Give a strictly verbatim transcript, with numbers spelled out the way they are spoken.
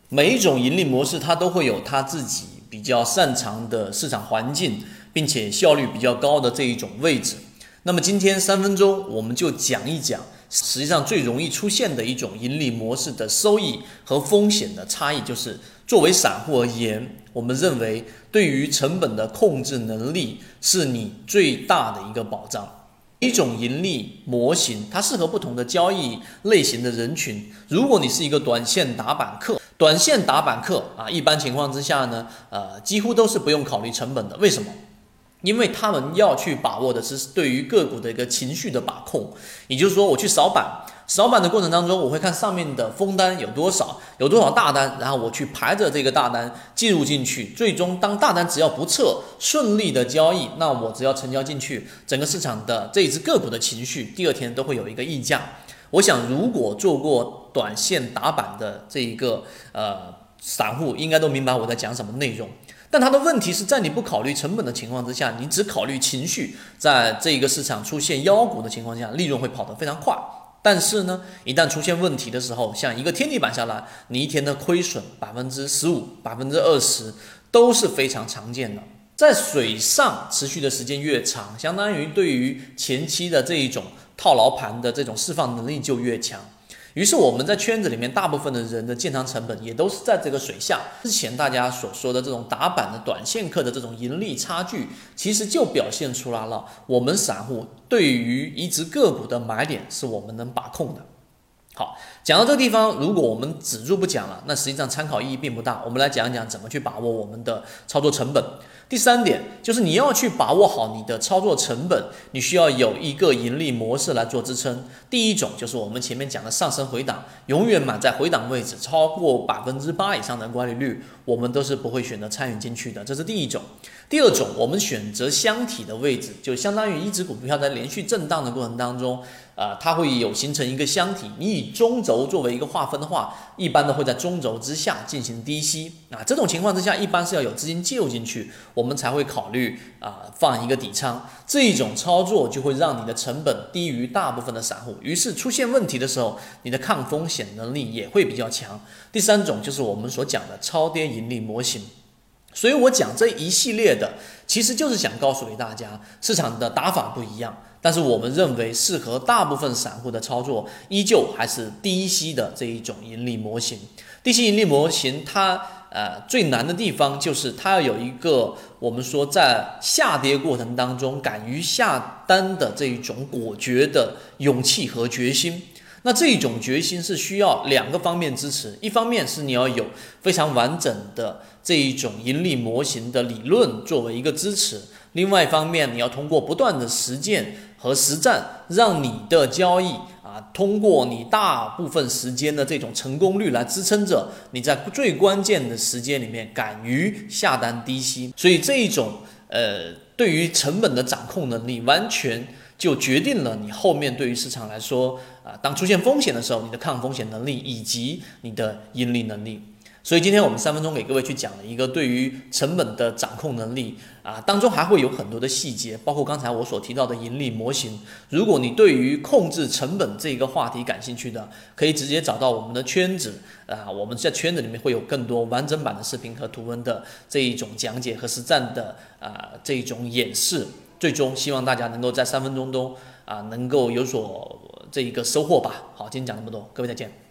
每一种盈利模式它都会有它自己比较擅长的市场环境，并且效率比较高的这一种位置。那么今天三分钟我们就讲一讲实际上最容易出现的一种盈利模式的收益和风险的差异，就是作为散户而言，我们认为对于成本的控制能力是你最大的一个保障。一种盈利模型它适合不同的交易类型的人群。如果你是一个短线打板客，短线打板客啊，一般情况之下呢，呃，几乎都是不用考虑成本的。为什么？因为他们要去把握的是对于个股的一个情绪的把控，也就是说，我去扫板，扫板的过程当中，我会看上面的封单有多少，有多少大单，然后我去排着这个大单进入进去，最终当大单只要不撤，顺利的交易，那我只要成交进去，整个市场的这一只个股的情绪，第二天都会有一个溢价。我想，如果做过短线打板的这一个呃散户，应该都明白我在讲什么内容。但它的问题是在你不考虑成本的情况之下，你只考虑情绪，在这个市场出现妖股的情况下，利润会跑得非常快。但是呢，一旦出现问题的时候，像一个天地板下来，你一天的亏损百分之十五、百分之二十都是非常常见的。在水上持续的时间越长，相当于对于前期的这一种套牢盘的这种释放能力就越强。于是我们在圈子里面，大部分的人的建仓成本也都是在这个水下。之前大家所说的这种打板的短线客的这种盈利差距，其实就表现出来了我们散户对于一只个股的买点是我们能把控的。好，讲到这个地方，如果我们止住不讲了，那实际上参考意义并不大。我们来讲一讲怎么去把握我们的操作成本。第三点就是你要去把握好你的操作成本，你需要有一个盈利模式来做支撑。第一种就是我们前面讲的上升回档，永远买在回档位置，超过百分之八以上的管理率，我们都是不会选择参与进去的，这是第一种。第二种，我们选择箱体的位置，就相当于一只股票在连续震荡的过程当中，呃，它会有形成一个箱体。你以中轴作为一个划分的话，一般都会在中轴之下进行低吸。啊，这种情况之下，一般是要有资金介入进去，我们才会考虑啊、呃、放一个底仓。这一种操作就会让你的成本低于大部分的散户，于是出现问题的时候，你的抗风险能力也会比较强。第三种就是我们所讲的超跌盈利模型。所以我讲这一系列的，其实就是想告诉给大家，市场的打法不一样，但是我们认为适合大部分散户的操作，依旧还是低息的这一种盈利模型。低息盈利模型它呃最难的地方就是它要有一个我们说在下跌过程当中敢于下单的这一种果决的勇气和决心。那这一种决心是需要两个方面支持，一方面是你要有非常完整的这一种盈利模型的理论作为一个支持，另外一方面你要通过不断的实践和实战，让你的交易啊通过你大部分时间的这种成功率来支撑着你在最关键的时间里面敢于下单低吸。所以这一种呃对于成本的掌控能力，完全就决定了你后面对于市场来说啊、呃，当出现风险的时候，你的抗风险能力以及你的盈利能力。所以今天我们三分钟给各位去讲了一个对于成本的掌控能力啊，当中还会有很多的细节，包括刚才我所提到的盈利模型。如果你对于控制成本这个话题感兴趣的，可以直接找到我们的圈子啊，我们在圈子里面会有更多完整版的视频和图文的这一种讲解和实战的啊这一种演示。最终希望大家能够在三分钟中啊能够有所这一个收获吧。好，今天讲这么多，各位再见。